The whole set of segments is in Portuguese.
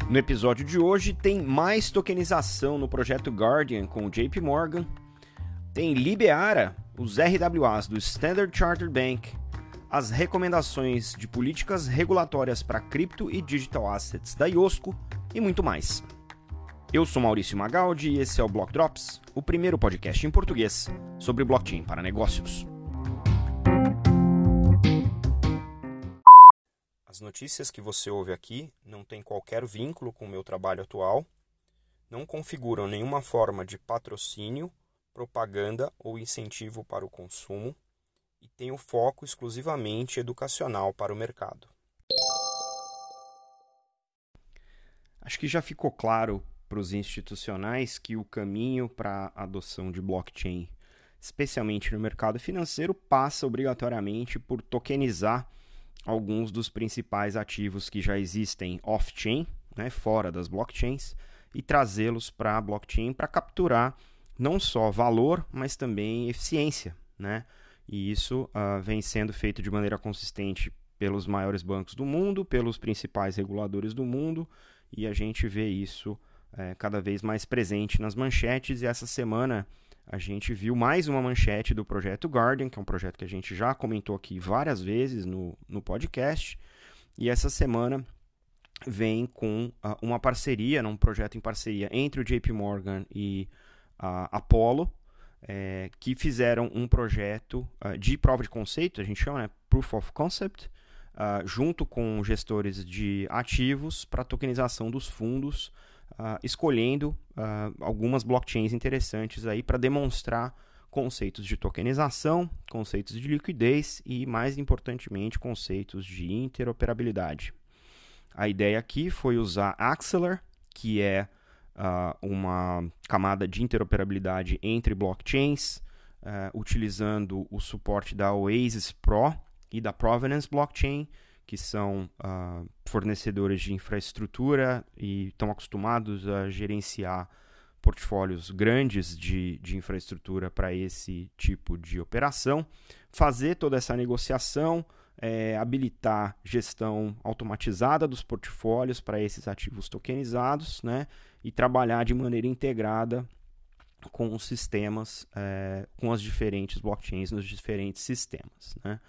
No episódio de hoje tem mais tokenização no projeto Guardian com o JP Morgan, tem Libeara, os RWAs do Standard Chartered Bank, as recomendações de políticas regulatórias para cripto e digital assets da IOSCO e muito mais. Eu sou Maurício Magaldi e esse é o Block Drops, o primeiro podcast em português sobre blockchain para negócios. As notícias que você ouve aqui não têm qualquer vínculo com o meu trabalho atual, não configuram nenhuma forma de patrocínio, propaganda ou incentivo para o consumo e têm o foco exclusivamente educacional para o mercado. Acho que já ficou claro para os institucionais que o caminho para a adoção de blockchain, especialmente no mercado financeiro, passa obrigatoriamente por tokenizar alguns dos principais ativos que já existem off-chain, né, fora das blockchains, e trazê-los para a blockchain para capturar não só valor, mas também eficiência, né? E isso vem sendo feito de maneira consistente pelos maiores bancos do mundo, pelos principais reguladores do mundo, e a gente vê isso cada vez mais presente nas manchetes. E essa semana a gente viu mais uma manchete do projeto Guardian, que é um projeto que a gente já comentou aqui várias vezes no podcast. E essa semana vem com uma parceria, um projeto em parceria entre o JP Morgan e a Apollo, que fizeram um projeto de prova de conceito, a gente chama, né, Proof of Concept, junto com gestores de ativos para tokenização dos fundos, escolhendo algumas blockchains interessantes aí para demonstrar conceitos de tokenização, conceitos de liquidez e, mais importantemente, conceitos de interoperabilidade. A ideia aqui foi usar Axelar, que é uma camada de interoperabilidade entre blockchains, utilizando o suporte da Oasis Pro e da Provenance Blockchain, que são fornecedores de infraestrutura e estão acostumados a gerenciar portfólios grandes de infraestrutura para esse tipo de operação, fazer toda essa negociação, habilitar gestão automatizada dos portfólios para esses ativos tokenizados, né, e trabalhar de maneira integrada com os sistemas, com as diferentes blockchains nos diferentes sistemas, né.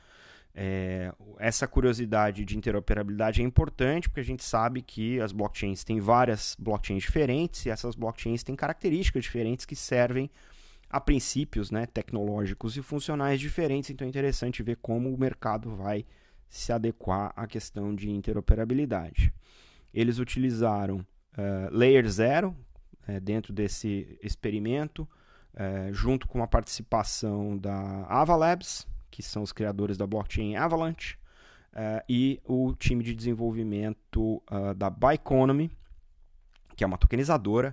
Essa curiosidade de interoperabilidade é importante porque a gente sabe que as blockchains têm várias blockchains diferentes e essas blockchains têm características diferentes que servem a princípios, né, tecnológicos e funcionais diferentes. Então é interessante ver como o mercado vai se adequar à questão de interoperabilidade. Eles utilizaram Layer 0 dentro desse experimento, junto com a participação da Avalabs, que são os criadores da blockchain Avalanche, e o time de desenvolvimento da Bioeconomy, que é uma tokenizadora,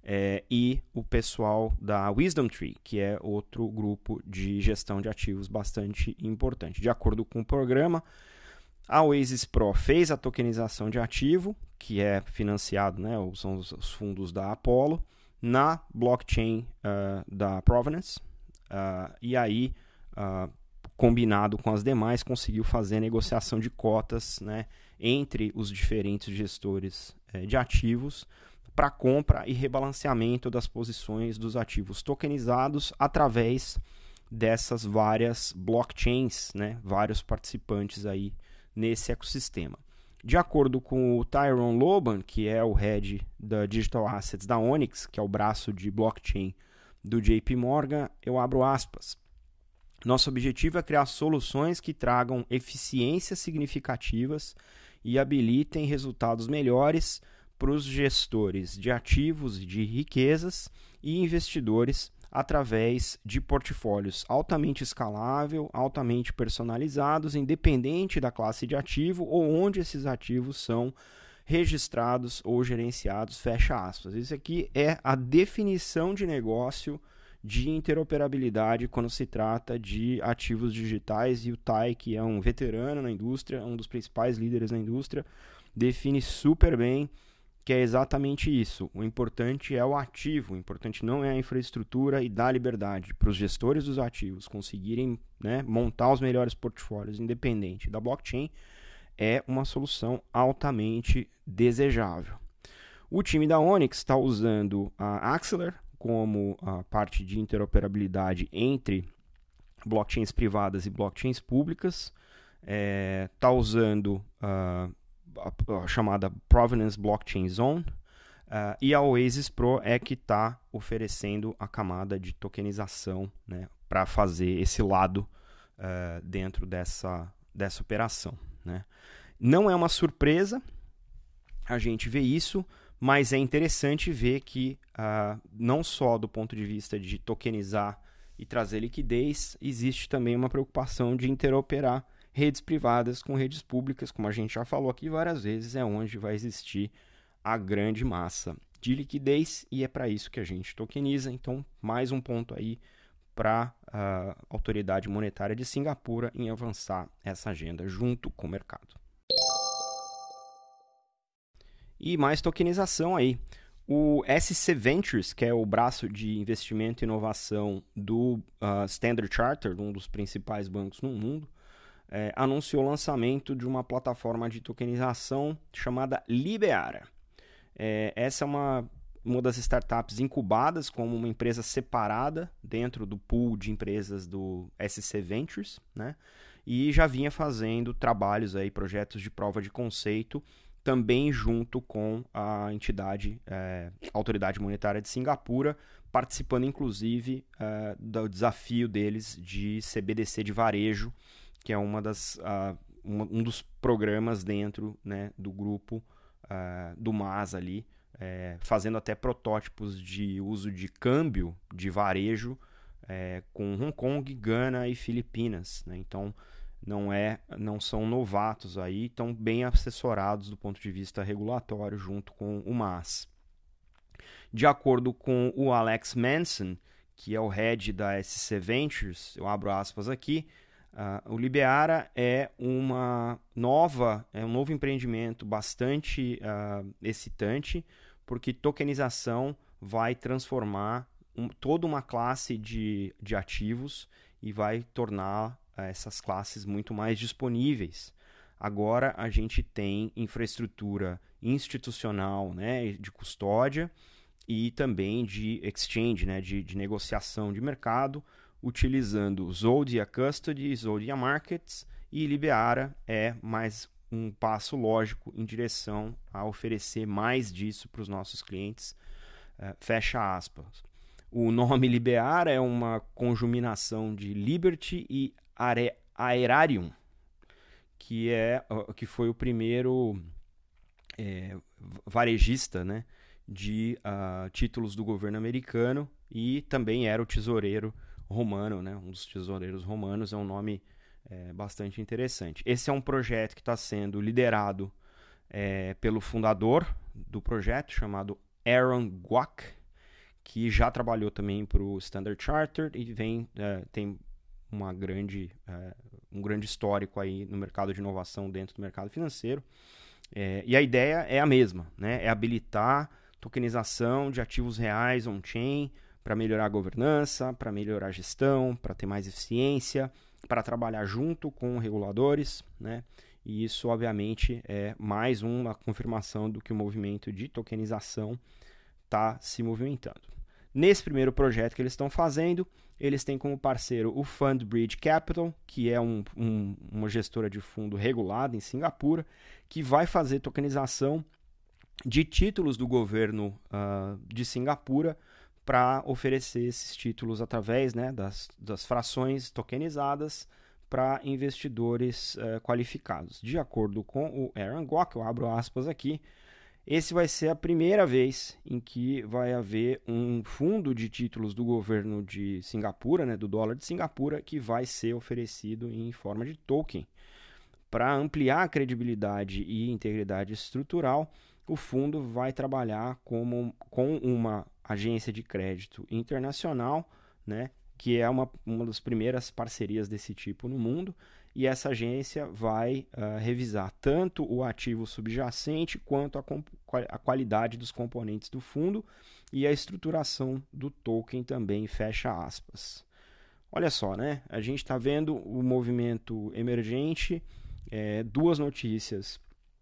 e o pessoal da Wisdom Tree, que é outro grupo de gestão de ativos bastante importante. De acordo com o programa, a Oasis Pro fez a tokenização de ativo, que é financiado, né, são os fundos da Apollo, na blockchain da Provenance, e aí combinado com as demais, conseguiu fazer a negociação de cotas, né, entre os diferentes gestores de ativos para compra e rebalanceamento das posições dos ativos tokenizados através dessas várias blockchains, né, vários participantes aí nesse ecossistema. De acordo com o Tyrone Loban, que é o head da Digital Assets da Onyx, que é o braço de blockchain do JP Morgan, eu abro aspas. Nosso objetivo é criar soluções que tragam eficiências significativas e habilitem resultados melhores para os gestores de ativos e de riquezas e investidores através de portfólios altamente escalável, altamente personalizados, independente da classe de ativo ou onde esses ativos são registrados ou gerenciados, fecha aspas. Isso aqui é a definição de negócio de interoperabilidade quando se trata de ativos digitais, e o Tai, que é um veterano na indústria, um dos principais líderes na indústria, define super bem que é exatamente isso. O importante é o ativo, o importante não é a infraestrutura, e dar liberdade para os gestores dos ativos conseguirem, né, montar os melhores portfólios independente da blockchain é uma solução altamente desejável. O time da Onyx está usando a Axelar como a parte de interoperabilidade entre blockchains privadas e blockchains públicas. Está usando a chamada Provenance Blockchain Zone. E a Oasis Pro é que está oferecendo a camada de tokenização, né, para fazer esse lado dentro dessa operação, né. Não é uma surpresa a gente ver isso, mas é interessante ver que não só do ponto de vista de tokenizar e trazer liquidez, existe também uma preocupação de interoperar redes privadas com redes públicas, como a gente já falou aqui várias vezes, é onde vai existir a grande massa de liquidez e é para isso que a gente tokeniza. Então, mais um ponto aí para a Autoridade Monetária de Singapura em avançar essa agenda junto com o mercado. E mais tokenização aí. O SC Ventures, que é o braço de investimento e inovação do Standard Chartered, um dos principais bancos no mundo, anunciou o lançamento de uma plataforma de tokenização chamada Libeara. Essa é uma das startups incubadas como uma empresa separada dentro do pool de empresas do SC Ventures, né? E já vinha fazendo trabalhos aí, projetos de prova de conceito, também junto com a entidade, Autoridade Monetária de Singapura, participando inclusive do desafio deles de CBDC de varejo, que é um dos programas dentro, né, do grupo do MAS ali, fazendo até protótipos de uso de câmbio de varejo com Hong Kong, Gana e Filipinas, né? Então não são novatos aí, estão bem assessorados do ponto de vista regulatório junto com o MAS. De acordo com o Alex Manson, que é o head da SC Ventures, eu abro aspas aqui, o Libeara é um novo empreendimento bastante excitante, porque tokenização vai transformar toda uma classe de ativos e vai tornar essas classes muito mais disponíveis. Agora a gente tem infraestrutura institucional, né, de custódia e também de exchange, né, de negociação de mercado, utilizando Zodia Custody e Zodia Markets, e Libeara é mais um passo lógico em direção a oferecer mais disso para os nossos clientes, fecha aspas. O nome Libeara é uma conjuminação de Liberty e Aerarium, que foi o primeiro varejista, né, de títulos do governo americano e também era o tesoureiro romano, né, um dos tesoureiros romanos, é um nome bastante interessante. Esse é um projeto que está sendo liderado pelo fundador do projeto, chamado Aaron Kwok, que já trabalhou também para o Standard Chartered e tem um grande histórico aí no mercado de inovação dentro do mercado financeiro. E a ideia é a mesma, né? É habilitar tokenização de ativos reais on-chain para melhorar a governança, para melhorar a gestão, para ter mais eficiência, para trabalhar junto com reguladores, né? E isso, obviamente, é mais uma confirmação do que o movimento de tokenização está se movimentando. Nesse primeiro projeto que eles estão fazendo, eles têm como parceiro o FundBridge Capital, que é uma gestora de fundo regulada em Singapura, que vai fazer tokenização de títulos do governo de Singapura para oferecer esses títulos através, né, das frações tokenizadas para investidores qualificados. De acordo com o Aaron Kwok, eu abro aspas aqui, esse vai ser a primeira vez em que vai haver um fundo de títulos do governo de Singapura, né, do dólar de Singapura, que vai ser oferecido em forma de token. Para ampliar a credibilidade e integridade estrutural, o fundo vai trabalhar com uma agência de crédito internacional, né, que é uma das primeiras parcerias desse tipo no mundo, e essa agência vai revisar tanto o ativo subjacente quanto a qualidade dos componentes do fundo e a estruturação do token também, fecha aspas. Olha só, né? A gente está vendo o movimento emergente, duas notícias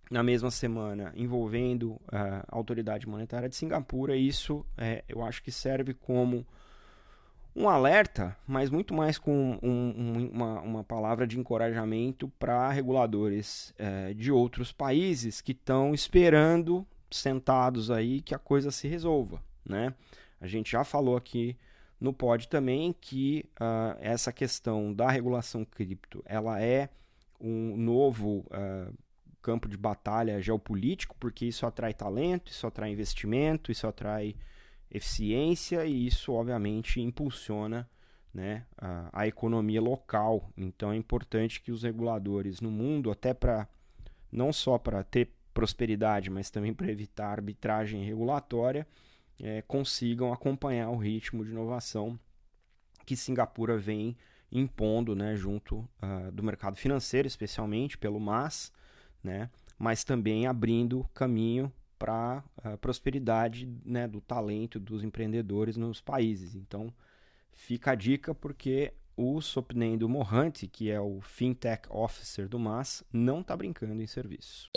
na mesma semana envolvendo a Autoridade Monetária de Singapura. Isso eu acho que serve como um alerta, mas muito mais com uma palavra de encorajamento para reguladores de outros países que estão esperando, sentados aí, que a coisa se resolva, né? A gente já falou aqui no pod também que essa questão da regulação cripto, ela é um novo campo de batalha geopolítico, porque isso atrai talento, isso atrai investimento, isso atrai eficiência e isso, obviamente, impulsiona, né, a economia local. Então é importante que os reguladores no mundo, até para não só para ter prosperidade, mas também para evitar arbitragem regulatória, consigam acompanhar o ritmo de inovação que Singapura vem impondo, né, junto do mercado financeiro, especialmente pelo MAS, né, mas também abrindo caminho para a prosperidade, né, do talento dos empreendedores nos países. Então, fica a dica porque o Swapnendo Mohanty, que é o Fintech Officer do MAS, não está brincando em serviço.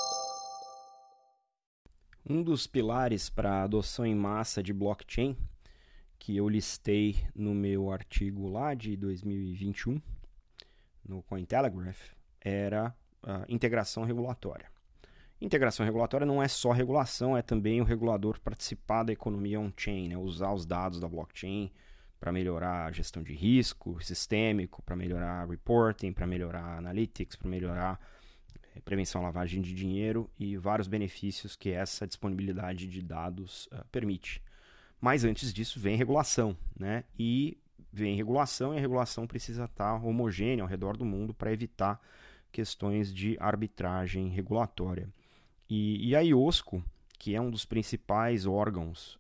Um dos pilares para a adoção em massa de blockchain, que eu listei no meu artigo lá de 2021, no Cointelegraph, era a integração regulatória. Integração regulatória não é só regulação, é também o regulador participar da economia on-chain, né? Usar os dados da blockchain para melhorar a gestão de risco sistêmico, para melhorar reporting, para melhorar analytics, para melhorar prevenção à lavagem de dinheiro e vários benefícios que essa disponibilidade de dados permite. Mas antes disso vem regulação, né? E vem regulação e a regulação precisa estar homogênea ao redor do mundo para evitar questões de arbitragem regulatória. E a IOSCO, que é um dos principais órgãos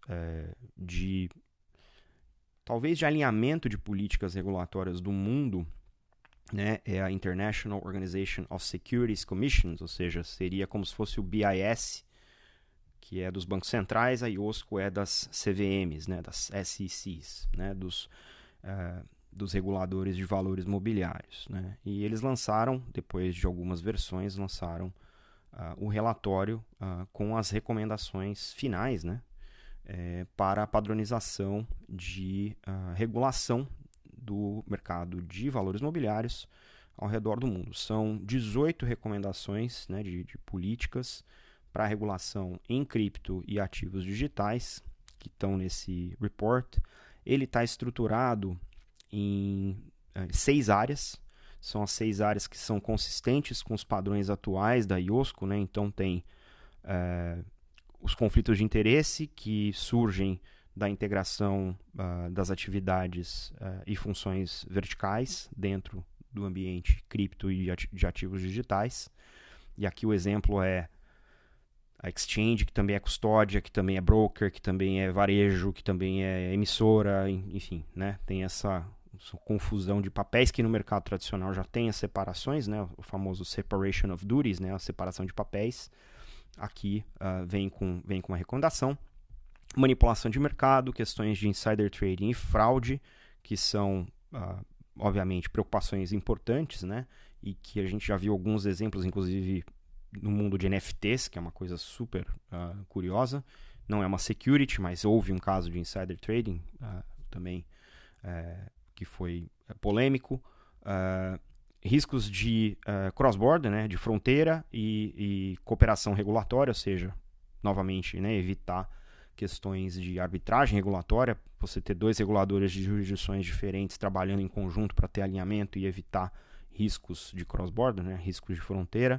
talvez de alinhamento de políticas regulatórias do mundo, né, é a International Organization of Securities Commissions, ou seja, seria como se fosse o BIS, que é dos bancos centrais, a IOSCO é das CVMs, né, das SECs, né, dos reguladores de valores mobiliários, né? E eles lançaram, depois de algumas versões, o relatório com as recomendações finais, né, para a padronização de regulação do mercado de valores mobiliários ao redor do mundo. São 18 recomendações, né, de políticas para a regulação em cripto e ativos digitais que estão nesse report. Ele está estruturado em 6 áreas. São as 6 áreas que são consistentes com os padrões atuais da IOSCO, né? Então tem os conflitos de interesse que surgem da integração das atividades e funções verticais dentro do ambiente cripto e de ativos digitais. E aqui o exemplo é a exchange, que também é custódia, que também é broker, que também é varejo, que também é emissora, enfim, né? Tem essa confusão de papéis que no mercado tradicional já tem as separações, né? O famoso separation of duties, né? A separação de papéis. Aqui vem com uma recomendação. Manipulação de mercado, questões de insider trading e fraude, que são, obviamente, preocupações importantes, né? E que a gente já viu alguns exemplos, inclusive no mundo de NFTs, que é uma coisa super curiosa. Não é uma security, mas houve um caso de insider trading também que foi polêmico. Riscos de cross-border, né, de fronteira e cooperação regulatória, ou seja, novamente, né, evitar questões de arbitragem regulatória, você ter 2 reguladores de jurisdições diferentes trabalhando em conjunto para ter alinhamento e evitar riscos de cross-border, né, riscos de fronteira.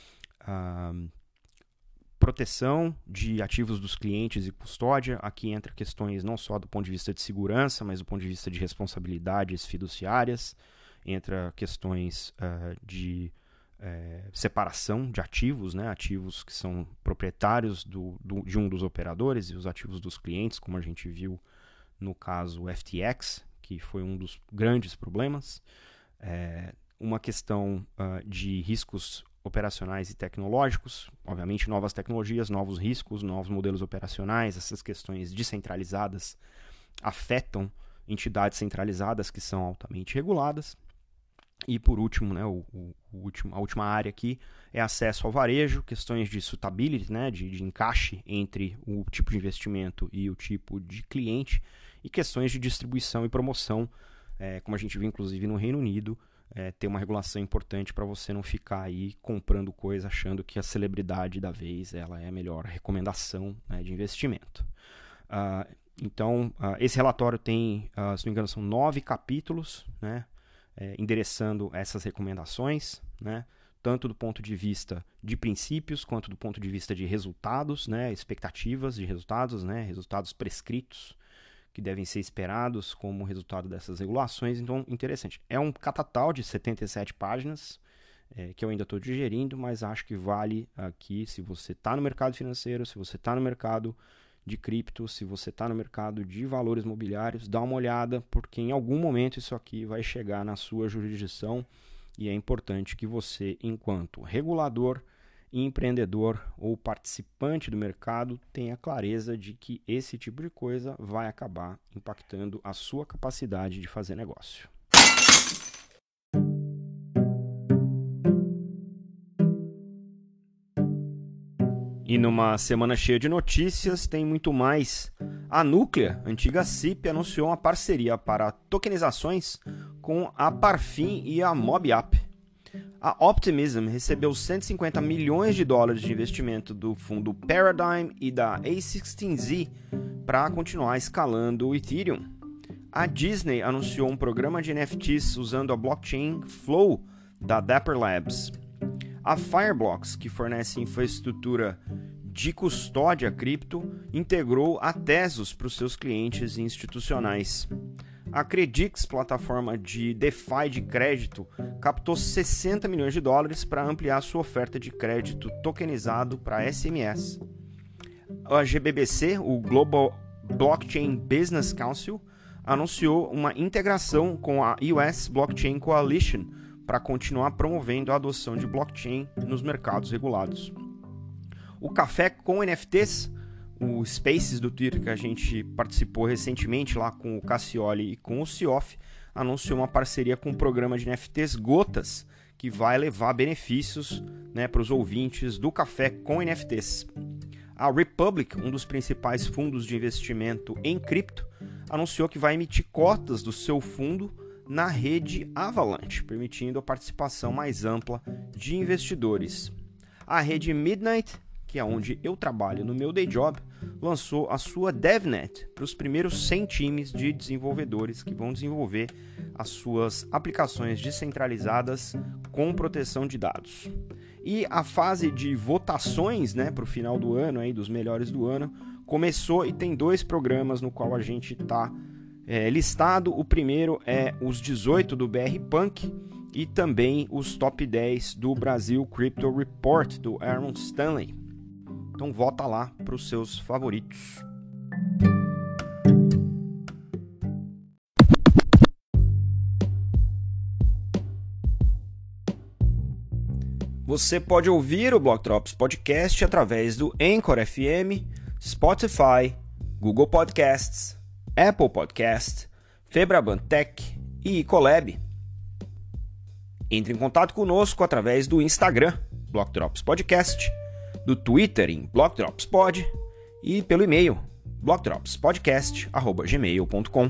Proteção de ativos dos clientes e custódia. Aqui entra questões não só do ponto de vista de segurança, mas do ponto de vista de responsabilidades fiduciárias. Entra questões de separação de ativos, né? Ativos que são proprietários de um dos operadores e os ativos dos clientes, como a gente viu no caso FTX, que foi um dos grandes problemas. Uma questão de riscos operacionais e tecnológicos, obviamente novas tecnologias, novos riscos, novos modelos operacionais. Essas questões descentralizadas afetam entidades centralizadas que são altamente reguladas. E por último, né, a última área aqui é acesso ao varejo, questões de suitability, né, de encaixe entre o tipo de investimento e o tipo de cliente, e questões de distribuição e promoção, como a gente viu inclusive no Reino Unido, ter uma regulação importante para você não ficar aí comprando coisa achando que a celebridade da vez ela é a melhor recomendação, né, de investimento. Então, esse relatório tem, se não me engano, são 9 capítulos, né, endereçando essas recomendações, né, tanto do ponto de vista de princípios, quanto do ponto de vista de resultados, né, expectativas de resultados, né, resultados prescritos que devem ser esperados como resultado dessas regulações. Então, interessante. É um catatal de 77 páginas, que eu ainda estou digerindo, mas acho que vale aqui, se você está no mercado financeiro, se você está no mercado de cripto, se você está no mercado de valores mobiliários, dá uma olhada, porque em algum momento isso aqui vai chegar na sua jurisdição e é importante que você, enquanto regulador, empreendedor ou participante do mercado, tenha clareza de que esse tipo de coisa vai acabar impactando a sua capacidade de fazer negócio. E numa semana cheia de notícias, tem muito mais. A Núclea, antiga CIP, anunciou uma parceria para tokenizações com a Parfin e a MobApp. A Optimism recebeu 150 milhões de dólares de investimento do fundo Paradigm e da A16Z para continuar escalando o Ethereum. A Disney anunciou um programa de NFTs usando a blockchain Flow da Dapper Labs. A Fireblocks, que fornece infraestrutura de custódia cripto, integrou a Tezos para os seus clientes institucionais. A Credix, plataforma de DeFi de crédito, captou 60 milhões de dólares para ampliar sua oferta de crédito tokenizado para SMS. A GBBC, o Global Blockchain Business Council, anunciou uma integração com a US Blockchain Coalition para continuar promovendo a adoção de blockchain nos mercados regulados. O Café com NFTs, o Spaces do Twitter que a gente participou recentemente lá com o Cassioli e com o Cioff, anunciou uma parceria com o programa de NFTs Gotas, que vai levar benefícios, né, para os ouvintes do Café com NFTs. A Republic, um dos principais fundos de investimento em cripto, anunciou que vai emitir cotas do seu fundo na rede Avalanche, permitindo a participação mais ampla de investidores. A rede Midnight, que é onde eu trabalho no meu day job, lançou a sua DevNet para os primeiros 100 times de desenvolvedores que vão desenvolver as suas aplicações descentralizadas com proteção de dados. E a fase de votações, né, para o final do ano, aí, dos melhores do ano, começou e tem 2 programas no qual a gente está listado. O primeiro é os 18 do BR Punk e também os top 10 do Brasil Crypto Report, do Aaron Stanley. Então vota lá para os seus favoritos. Você pode ouvir o Block Drops Podcast através do Anchor FM, Spotify, Google Podcasts, Apple Podcasts, Febraban Tech e Ecolab. Entre em contato conosco através do Instagram, Block Drops Podcast, do Twitter em Block Drops Pod e pelo e-mail blockdropspodcast@gmail.com.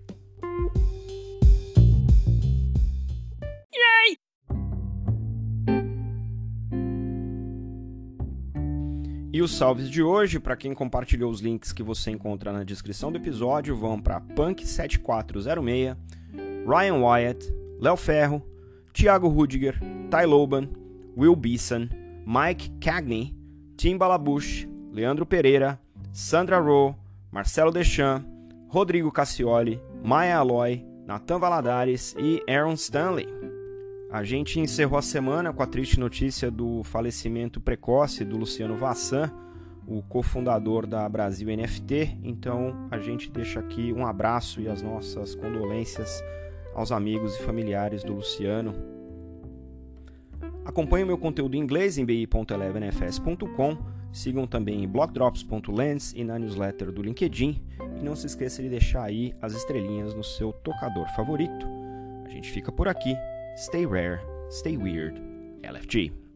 E os salves de hoje, para quem compartilhou os links que você encontra na descrição do episódio, vão para Punk7406, Ryan Wyatt, Léo Ferro, Thiago Rudiger, Ty Loban, Will Beeson, Mike Cagney, Tim Balabush, Leandro Pereira, Sandra Rowe, Marcelo Deschamps, Rodrigo Cassioli, Maia Aloy, Nathan Valadares e Aaron Stanley. A gente encerrou a semana com a triste notícia do falecimento precoce do Luciano Vassan, o cofundador da Brasil NFT. Então a gente deixa aqui um abraço e as nossas condolências aos amigos e familiares do Luciano. Acompanhe o meu conteúdo em inglês em bi.elevenfs.com, sigam também em blockdrops.lens e na newsletter do LinkedIn, e não se esqueça de deixar aí as estrelinhas no seu tocador favorito. A gente fica por aqui. Stay rare, stay weird. LFG.